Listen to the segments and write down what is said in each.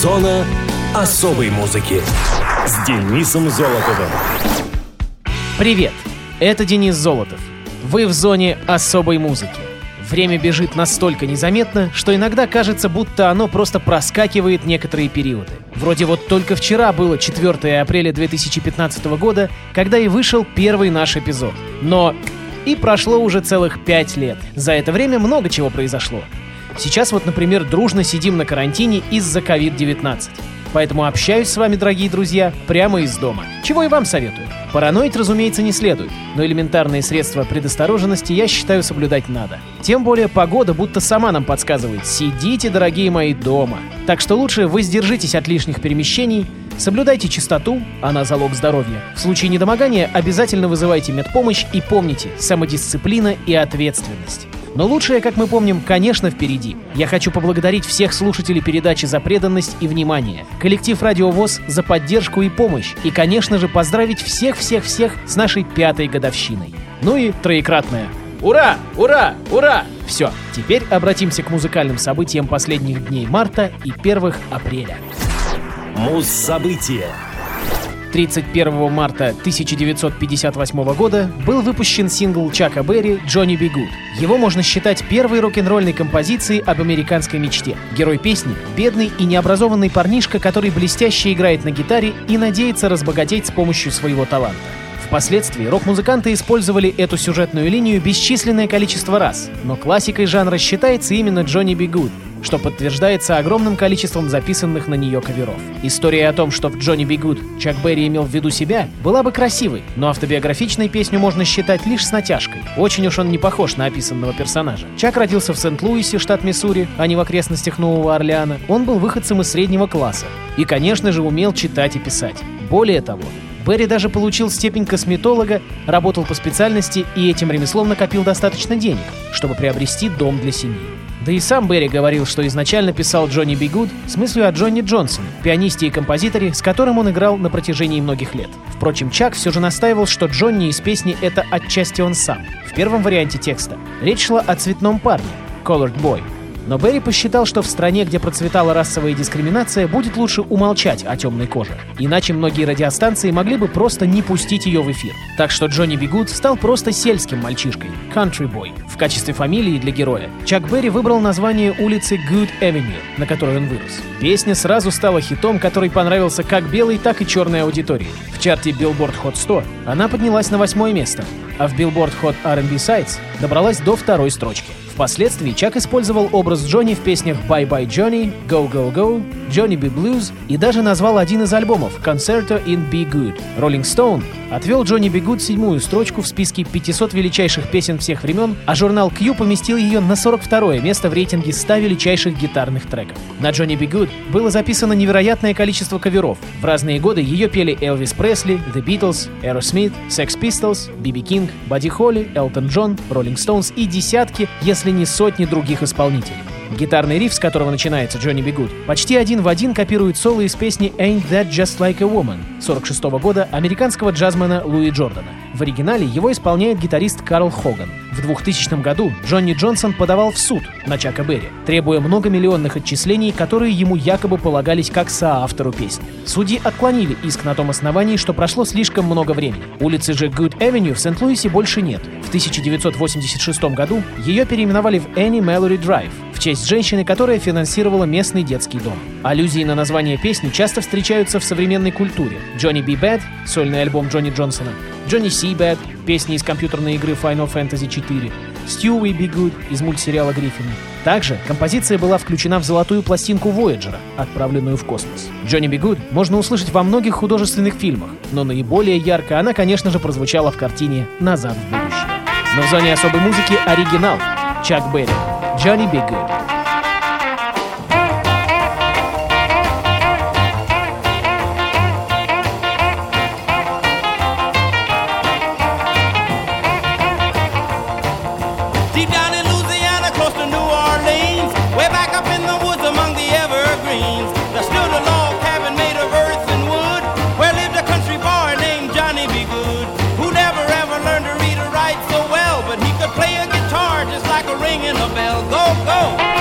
Зона особой музыки с Денисом Золотовым. Привет, это Денис Золотов. Вы в зоне особой музыки. Время бежит настолько незаметно, что иногда кажется, будто оно просто проскакивает некоторые периоды. Вроде вот только вчера было 4 апреля 2015 года, когда и вышел первый наш эпизод. Но и прошло уже целых 5 лет. За это время много чего произошло. Сейчас вот, например, дружно сидим на карантине из-за COVID-19. Поэтому общаюсь с вами, дорогие друзья, прямо из дома. Чего и вам советую. Параноить, разумеется, не следует, но элементарные средства предосторожности, я считаю, соблюдать надо. Тем более погода будто сама нам подсказывает: сидите, дорогие мои, дома. Так что лучше воздержитесь от лишних перемещений, соблюдайте чистоту, она залог здоровья. В случае недомогания обязательно вызывайте медпомощь и помните: самодисциплина и ответственность. Но лучшее, как мы помним, конечно, впереди. Я хочу поблагодарить всех слушателей передачи за преданность и внимание, коллектив Радио ВОС за поддержку и помощь, и, конечно же, поздравить всех-всех-всех с нашей 5-й годовщиной. Ну и троекратное «Ура! Ура! Ура!» Все, теперь обратимся к музыкальным событиям последних дней марта и 1 апреля. Муз-события. 31 марта 1958 года был выпущен сингл Чака Берри «Johnny B. Good». Его можно считать первой рок-н-ролльной композицией об американской мечте. Герой песни — бедный и необразованный парнишка, который блестяще играет на гитаре и надеется разбогатеть с помощью своего таланта. Впоследствии рок-музыканты использовали эту сюжетную линию бесчисленное количество раз, но классикой жанра считается именно «Johnny B. Good», что подтверждается огромным количеством записанных на нее каверов. История о том, что в «Johnny B. Good» Чак Берри имел в виду себя, была бы красивой, но автобиографичной песню можно считать лишь с натяжкой. Очень уж он не похож на описанного персонажа. Чак родился в Сент-Луисе, штат Миссури, а не в окрестностях Нового Орлеана. Он был выходцем из среднего класса и, конечно же, умел читать и писать. Более того, Берри даже получил степень косметолога, работал по специальности и этим ремеслом накопил достаточно денег, чтобы приобрести дом для семьи. Да и сам Берри говорил, что изначально писал «Johnny B. Good» с мыслью о Джонни Джонсоне, пианисте и композиторе, с которым он играл на протяжении многих лет. Впрочем, Чак все же настаивал, что Джонни из песни — это отчасти он сам. В первом варианте текста речь шла о цветном парне — «Colored Boy». Но Берри посчитал, что в стране, где процветала расовая дискриминация, будет лучше умолчать о темной коже. Иначе многие радиостанции могли бы просто не пустить ее в эфир. Так что Johnny B. Good стал просто сельским мальчишкой — Country Boy. В качестве фамилии для героя Чак Берри выбрал название улицы Good Avenue, на которой он вырос. Песня сразу стала хитом, который понравился как белой, так и черной аудитории. В чарте Billboard Hot 100 она поднялась на 8 место, а в Billboard Hot R&B Sides добралась до 2-й строчки. Впоследствии Чак использовал образ Джонни в песнях «Bye Bye Johnny», «Go Go Go», «Johnny B. Blues» и даже назвал один из альбомов «Concerto in B. Good». Rolling Stone отвел Johnny B. Good 7-ю строчку в списке 500 величайших песен всех времен, а журнал Q поместил ее на 42-е место в рейтинге 100 величайших гитарных треков. На Johnny B. Good было записано невероятное количество каверов. В разные годы ее пели Элвис Пресли, The Beatles, Aerosmith, Sex Pistols, B.B. King, Бадди Холли, Элтон Джон, Rolling Stones и десятки, если не сотни других исполнителей. Гитарный риф, с которого начинается Johnny B. Good, почти один в один копирует соло из песни «Ain't That Just Like a Woman» 1946 года американского джазмена Луи Джордана. В оригинале его исполняет гитарист Карл Хоган. В 2000 году Джонни Джонсон подавал в суд на Чака Берри, требуя многомиллионных отчислений, которые ему якобы полагались как соавтору песни. Судьи отклонили иск на том основании, что прошло слишком много времени. Улицы же Good Avenue в Сент-Луисе больше нет. В 1986 году ее переименовали в Annie Mallory Drive в честь женщины, которая финансировала местный детский дом. Аллюзии на название песни часто встречаются в современной культуре. Johnny B. Bad — сольный альбом Джонни Джонсона, Johnny C. Bad — песни из компьютерной игры Final Fantasy IV, Stewie B. Good из мультсериала «Гриффины». Также композиция была включена в золотую пластинку Voyager, отправленную в космос. Johnny B. Good можно услышать во многих художественных фильмах, но наиболее ярко она, конечно же, прозвучала в картине «Назад в будущее». Но в зоне особой музыки оригинал — Чак Берри, Johnny B. Good. Deep down in Louisiana, close to New Orleans, way back up in the woods among the evergreens, there stood a log cabin made of earth and wood, where lived a country boy named Johnny B. Good, who never ever learned to read or write so well, but he could play a guitar just like a ringing a bell. Go, go!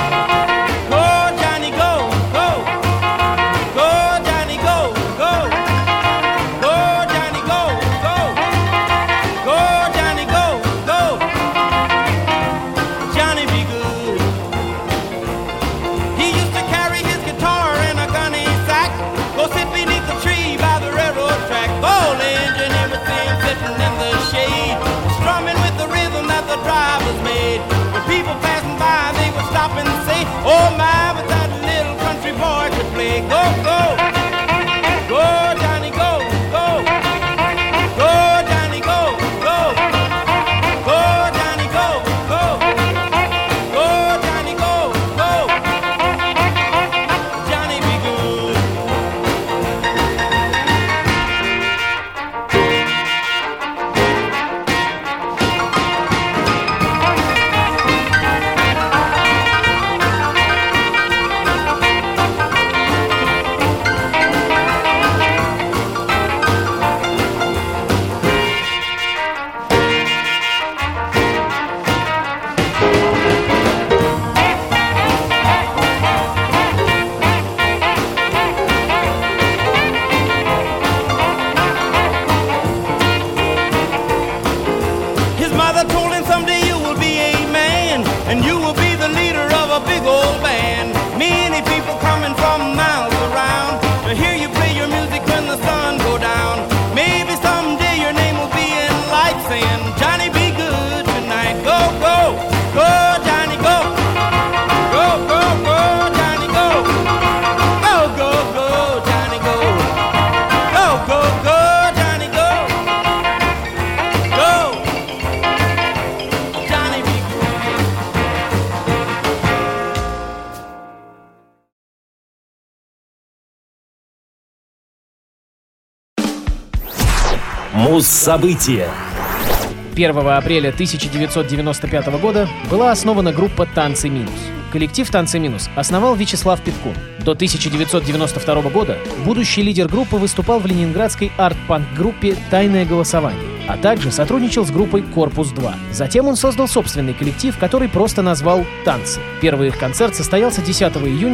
Муз-события. 1 апреля 1995 года была основана группа «Танцы минус». Коллектив «Танцы минус» основал Вячеслав Питкун. До 1992 года будущий лидер группы выступал в ленинградской арт-панк-группе «Тайное голосование», а также сотрудничал с группой «Корпус-2». Затем он создал собственный коллектив, который просто назвал «Танцы». Первый их концерт состоялся 10 июня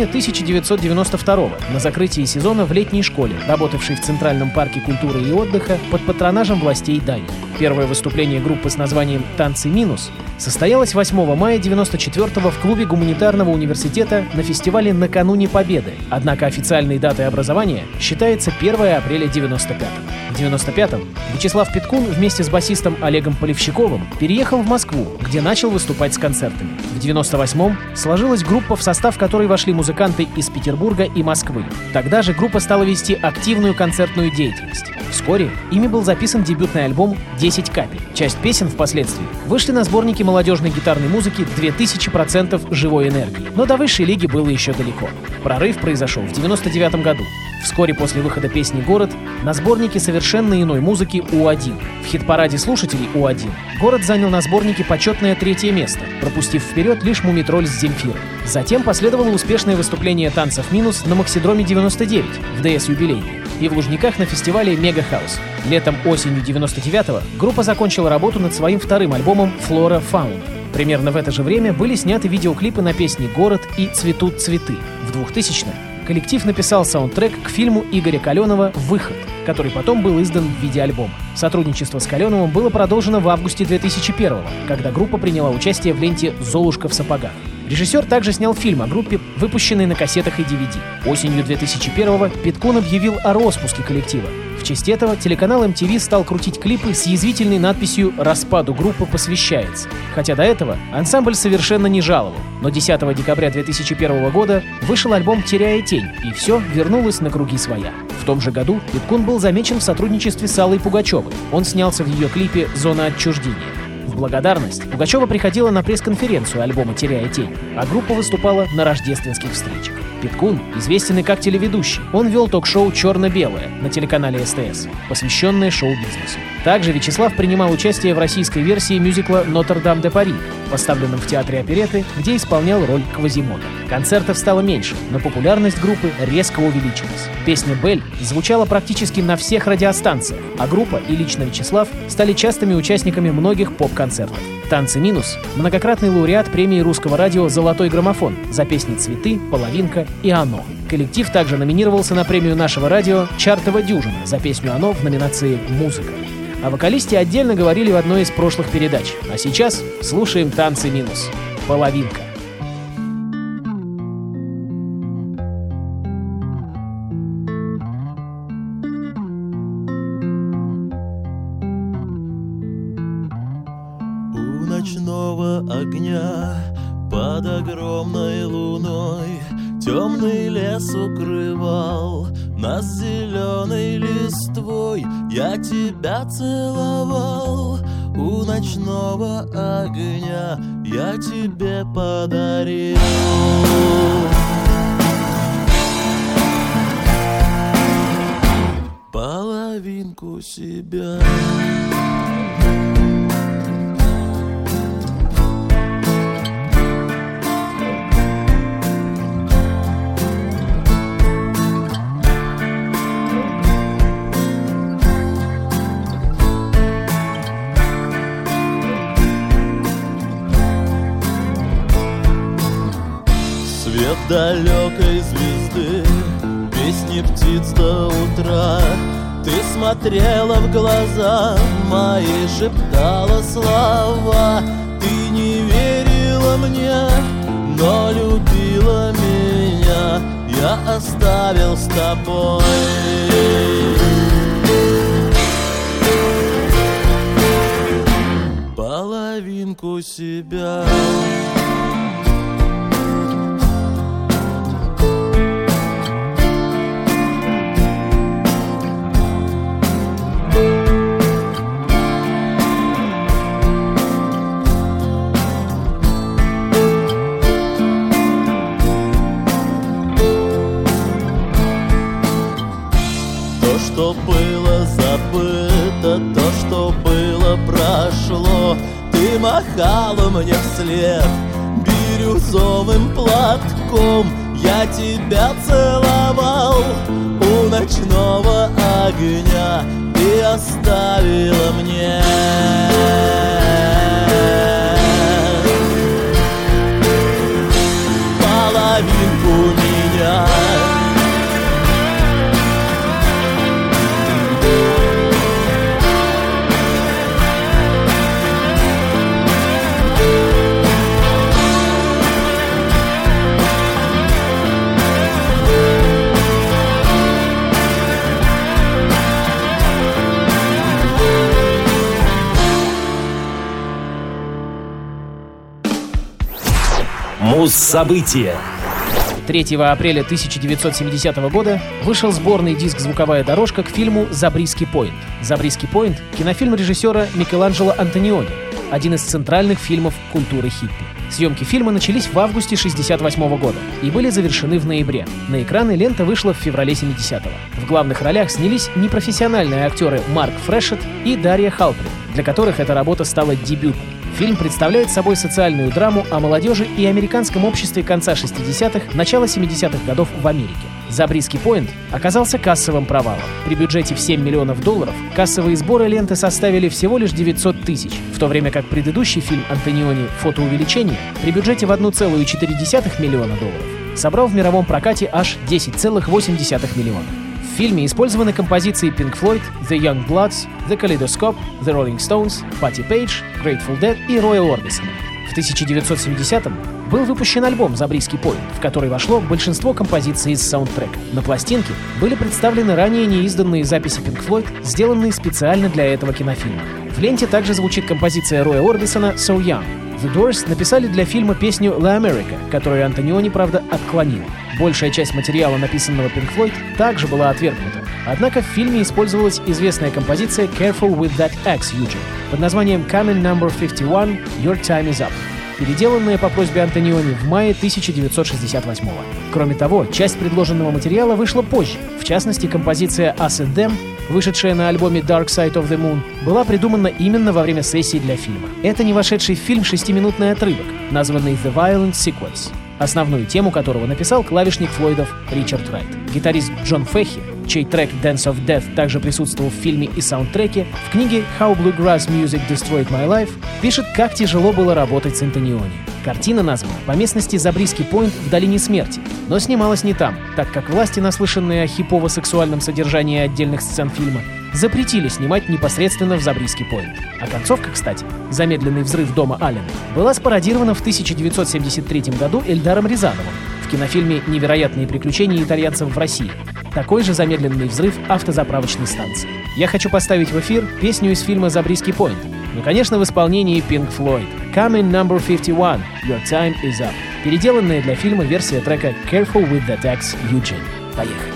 1992 на закрытии сезона в летней школе, работавшей в Центральном парке культуры и отдыха под патронажем властей Дании. Первое выступление группы с названием «Танцы минус» состоялось 8 мая 1994 в клубе гуманитарного университета на фестивале «Накануне Победы», однако официальной датой образования считается 1 апреля 1995. В 1995-м Вячеслав Питкун вместе с басистом Олегом Полевщиковым переехал в Москву, где начал выступать с концертами. В 1998-м сложилась группа, в состав которой вошли музыканты из Петербурга и Москвы. Тогда же группа стала вести активную концертную деятельность. Вскоре ими был записан дебютный альбом «10 капель». Часть песен впоследствии вышли на сборнике молодежной гитарной музыки «2000% живой энергии». Но до высшей лиги было еще далеко. Прорыв произошел в 1999 году. Вскоре после выхода песни «Город» на сборнике совершенно иной музыки «У-1». В хит-параде слушателей «У-1» «Город» занял на сборнике почетное 3-е место, пропустив вперед лишь «Мумитроль» с «Земфирой». Затем последовало успешное выступление «Танцев минус» на Максидроме 99 в ДС-юбилейной и в Лужниках на фестивале «Мега Хаус». Летом-осенью 99-го группа закончила работу над своим вторым альбомом «Флора Фауна». Примерно в это же время были сняты видеоклипы на песни «Город» и «Цветут цветы». В 2000-м коллектив написал саундтрек к фильму Игоря Каленова «Выход», который потом был издан в виде альбома. Сотрудничество с Каленовым было продолжено в августе 2001-го, когда группа приняла участие в ленте «Золушка в сапогах». Режиссер также снял фильм о группе, выпущенный на кассетах и DVD. Осенью 2001-го Питкун объявил о распуске коллектива. В честь этого телеканал MTV стал крутить клипы с язвительной надписью «Распаду группы посвящается». Хотя до этого ансамбль совершенно не жаловал. Но 10 декабря 2001 года вышел альбом «Теряя тень», и все вернулось на круги своя. В том же году Питкун был замечен в сотрудничестве с Аллой Пугачевой. Он снялся в ее клипе «Зона отчуждения». В благодарность Пугачева приходила на пресс-конференцию альбома «Теряя тень», а группа выступала на рождественских встречах. Питкун известен и как телеведущий. Он вел ток-шоу «Черно-белое» на телеканале СТС, посвященное шоу-бизнесу. Также Вячеслав принимал участие в российской версии мюзикла «Нотр-Дам-де-Пари», поставленном в театре оперетты, где исполнял роль Квазимода. Концертов стало меньше, но популярность группы резко увеличилась. Песня «Бель» звучала практически на всех радиостанциях, а группа и лично Вячеслав стали частыми участниками многих поп-концертов. «Танцы минус» — многократный лауреат премии русского радио «Золотой граммофон» за песни «Цветы», «Половинка» и «Оно». Коллектив также номинировался на премию нашего радио «Чартова дюжина» за песню «Оно» в номинации «Музыка». О вокалисте отдельно говорили в одной из прошлых передач. А сейчас слушаем «Танцы минус». «Половинка». У ночного огня под огромной луной темный лес укрывал нас зеленой листвой. Я тебя целовал у ночного огня, я тебе подарил половинку себя. Свет далекой звезды, песни птиц до утра. Ты смотрела в глаза мои, шептала слова. Ты не верила мне, но любила меня. Я оставил с тобой половинку себя. Что было забыто, это то, что было, прошло. Ты махала мне вслед бирюзовым платком. Я тебя целовал у ночного огня. Ты оставила мне половинку меня. Муз-события. 3 апреля 1970 года вышел сборный диск «Звуковая дорожка» к фильму «Забриски Пойнт». «Забриски Пойнт» — кинофильм режиссера Микеланджело Антониони, один из центральных фильмов культуры хиппи. Съемки фильма начались в августе 1968 года и были завершены в ноябре. На экраны лента вышла в феврале 70-го. В главных ролях снялись непрофессиональные актеры Марк Фрешетт и Дарья Халприн, для которых эта работа стала дебютной. Фильм представляет собой социальную драму о молодежи и американском обществе конца 60-х, начала 70-х годов в Америке. «Забриски Пойнт» оказался кассовым провалом. При бюджете в $7 миллионов кассовые сборы ленты составили всего лишь 900 тысяч, в то время как предыдущий фильм Антониони «Фотоувеличение» при бюджете в $1,4 миллиона собрал в мировом прокате аж $10,8 миллиона. В фильме использованы композиции Pink Floyd, The Youngbloods, The Kaleidoscope, The Rolling Stones, Patti Page, Grateful Dead и Roy Orbison. В 1970-м был выпущен альбом «Забриски Пойнт», в который вошло большинство композиций из саундтрека. На пластинке были представлены ранее неизданные записи Pink Floyd, сделанные специально для этого кинофильма. В ленте также звучит композиция Роя Орбисона «So Young». The Doors написали для фильма песню «La America», которую Антониони, правда, отклонил. Большая часть материала, написанного Pink Floyd, также была отвергнута. Однако в фильме использовалась известная композиция «Careful with that axe, Eugene» под названием «Coming No. 51 – Your Time is Up», переделанная по просьбе Антониони в мае 1968 года. Кроме того, часть предложенного материала вышла позже. В частности, композиция «Us and Them», вышедшая на альбоме Dark Side of the Moon, была придумана именно во время сессии для фильма. Это не вошедший в фильм 6-минутный отрывок, названный «The Violent Sequence», основную тему которого написал клавишник Флойдов Ричард Райт. Гитарист Джон Фехи, чей трек «Dance of Death» также присутствовал в фильме и саундтреке, в книге «How Bluegrass Music Destroyed My Life» пишет, как тяжело было работать с Антониони. Картина названа по местности Забриски Пойнт в долине смерти, но снималась не там, так как власти, наслышанные о хипово-сексуальном содержании отдельных сцен фильма, запретили снимать непосредственно в Забриски Пойнт. А концовка, кстати, замедленный взрыв дома Аллена, была спародирована в 1973 году Эльдаром Рязановым в кинофильме «Невероятные приключения итальянцев в России». Такой же замедленный взрыв автозаправочной станции. Я хочу поставить в эфир песню из фильма «Забриски Пойнт», ну, конечно, в исполнении Pink Floyd. «Coming No. 51 – Your Time is Up», переделанная для фильма версия трека «Careful with that axe, Eugene». Поехали.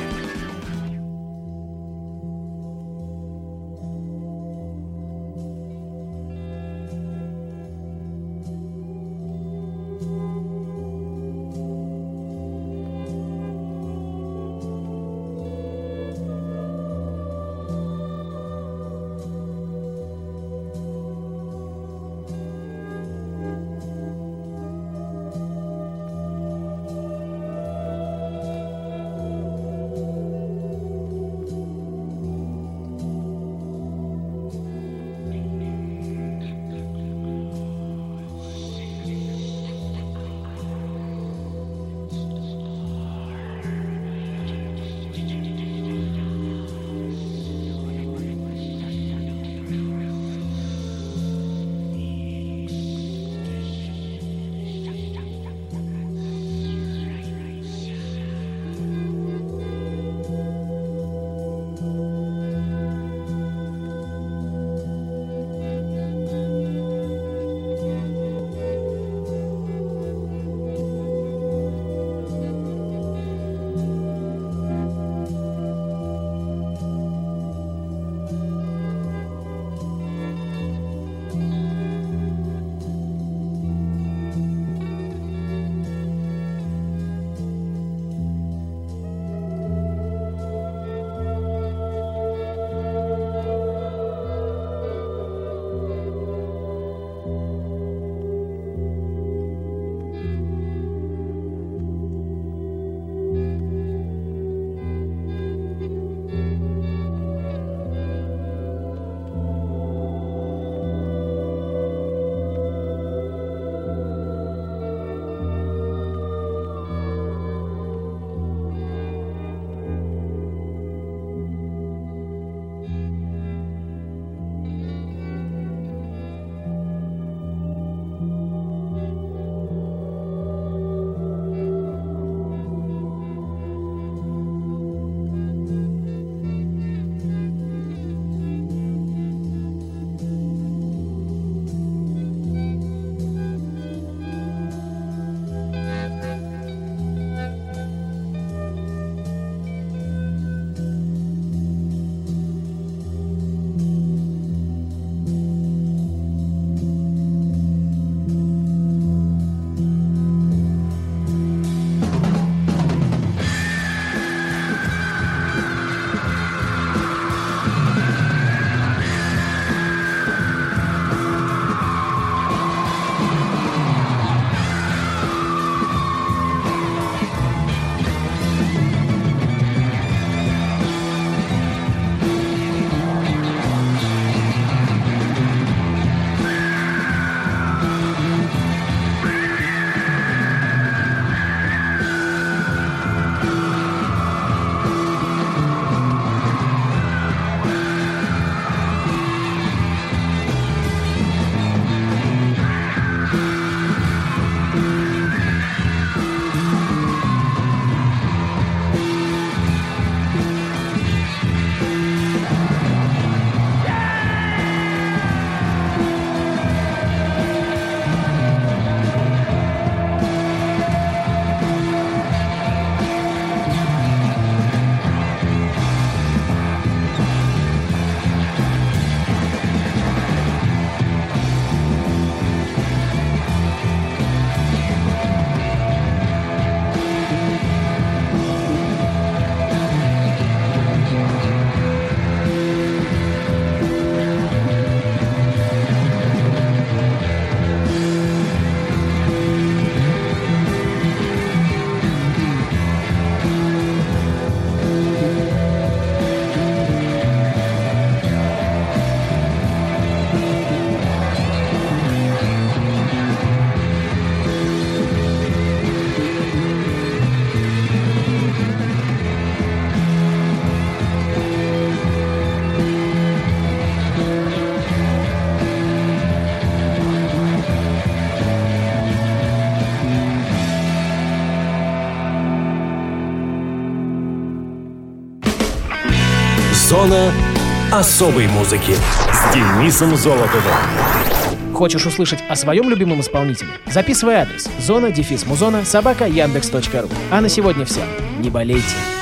Зона особой музыки с Денисом Золотовым. Хочешь услышать о своем любимом исполнителе? Записывай адрес: zona-muzona@yandex.ru. А на сегодня все. Не болейте.